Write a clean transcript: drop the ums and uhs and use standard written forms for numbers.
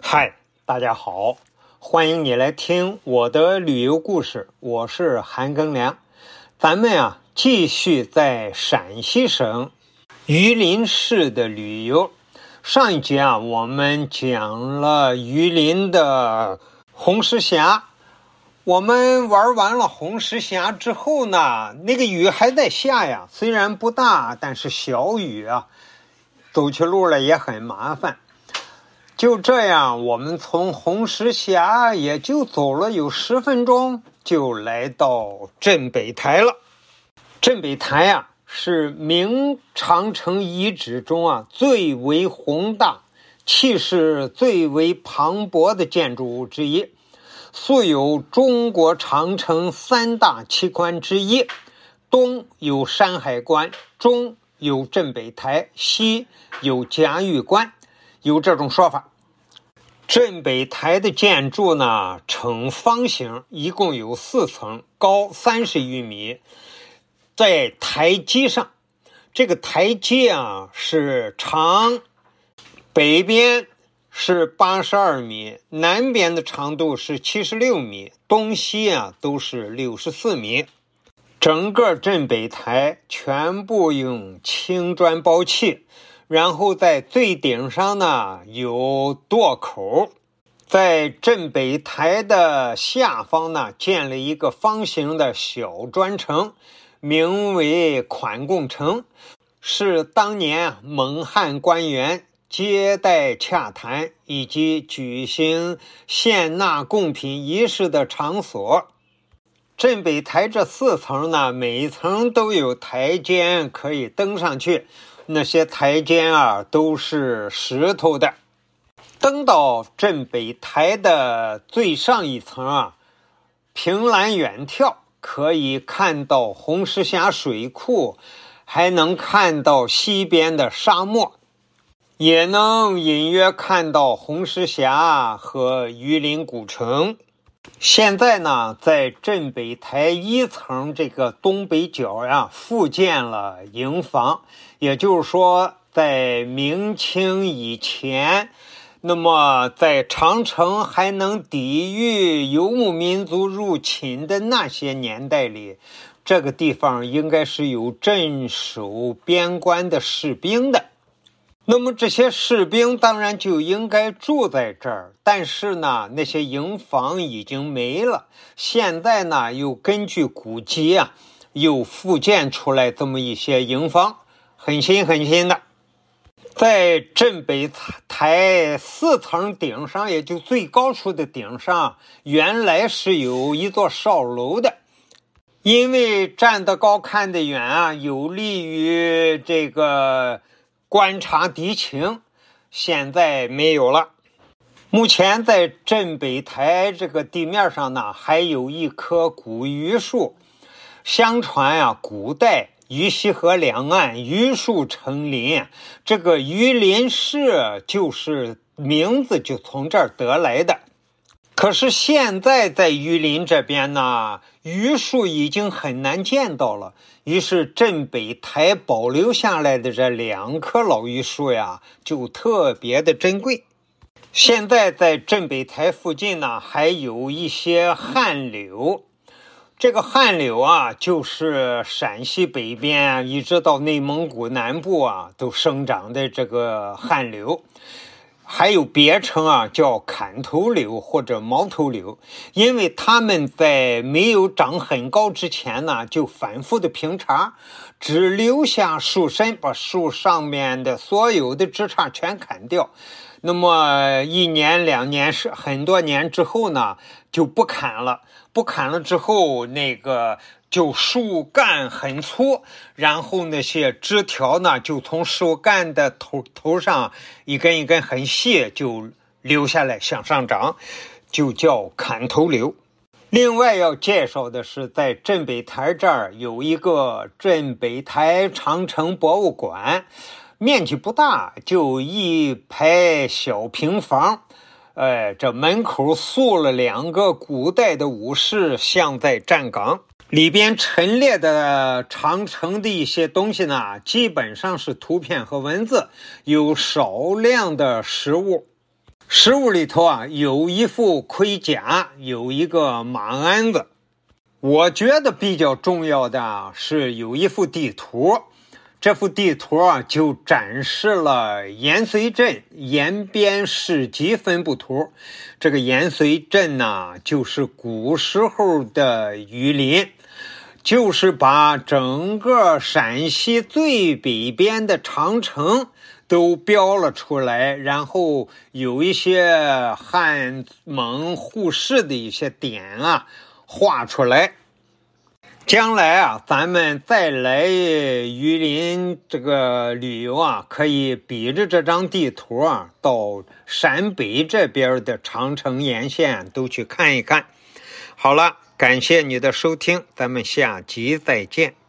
嗨，大家好，欢迎你来听我的旅游故事，我是韩庚良。咱们继续在陕西省榆林市的旅游。上一集我们讲了榆林的红石峡。我们玩完了红石峡之后呢，那个雨还在下呀，虽然不大，但是小雨走起路来也很麻烦。就这样，我们从红石峡也就走了有10分钟，就来到镇北台了。镇北台是明长城遗址中最为宏大、气势最为磅礴的建筑物之一，素有中国长城3大奇观之一，东有山海关，中有镇北台，西有嘉峪关，有这种说法。镇北台的建筑呢呈方形，一共有4层，高30余米。在台基上，这个台基是长，北边是82米，南边的长度是76米，东西都是64米。整个镇北台全部用青砖包砌，然后在最顶上呢有垛口。在镇北台的下方呢建了一个方形的小砖城，名为款贡城，是当年蒙汉官员接待洽谈以及举行献纳贡品仪式的场所。镇北台这4层呢，每一层都有台阶可以登上去，那些台阶都是石头的。登到镇北台的最上一层凭栏远眺，可以看到红石峡水库，还能看到西边的沙漠，也能隐约看到红石峡和榆林古城。现在呢，在镇北台1层这个东北角复建了营房，也就是说在明清以前，那么在长城还能抵御游牧民族入侵的那些年代里，这个地方应该是有镇守边关的士兵的。那么这些士兵当然就应该住在这儿，但是呢，那些营房已经没了。现在呢，又根据古迹又复建出来这么一些营房，很新很新的。在镇北台4层顶上，也就最高处的顶上，原来是有一座哨楼的。因为站得高看得远有利于这个观察敌情，现在没有了。目前在镇北台这个地面上呢，还有一棵古榆树。相传古代榆溪河两岸榆树成林，这个榆林市就是名字就从这儿得来的。可是现在在榆林这边呢，榆树已经很难见到了，于是镇北台保留下来的这2棵老榆树就特别的珍贵。现在在镇北台附近呢，还有一些旱柳。这个旱柳就是陕西北边一直到内蒙古南部都生长的这个旱柳，还有别称叫砍头柳或者毛头柳，因为它们在没有长很高之前呢，就反复的平茬，只留下树身，把树上面的所有的枝杈全砍掉。那么1年2年是很多年之后呢，就不砍了。不砍了之后，那个就树干很粗，然后那些枝条呢，就从树干的头上一根一根很细，就留下来向上长，就叫砍头柳。另外要介绍的是，在镇北台这儿有一个镇北台长城博物馆，面积不大，就一排小平房。这门口塑了2个古代的武士像在站岗，里边陈列的长城的一些东西呢，基本上是图片和文字，有少量的实物。 实物里头啊，有一副盔甲，有一个马鞍子。我觉得比较重要的是有一幅地图，这幅地图啊就展示了延绥镇延边市级分布图。这个延绥镇呢，就是古时候的榆林，就是把整个陕西最北边的长城都标了出来，然后有一些汉蒙互市的一些点啊画出来。将来啊，咱们再来榆林这个旅游啊，可以比着这张地图啊，到陕北这边的长城沿线都去看一看。好了，感谢你的收听，咱们下集再见。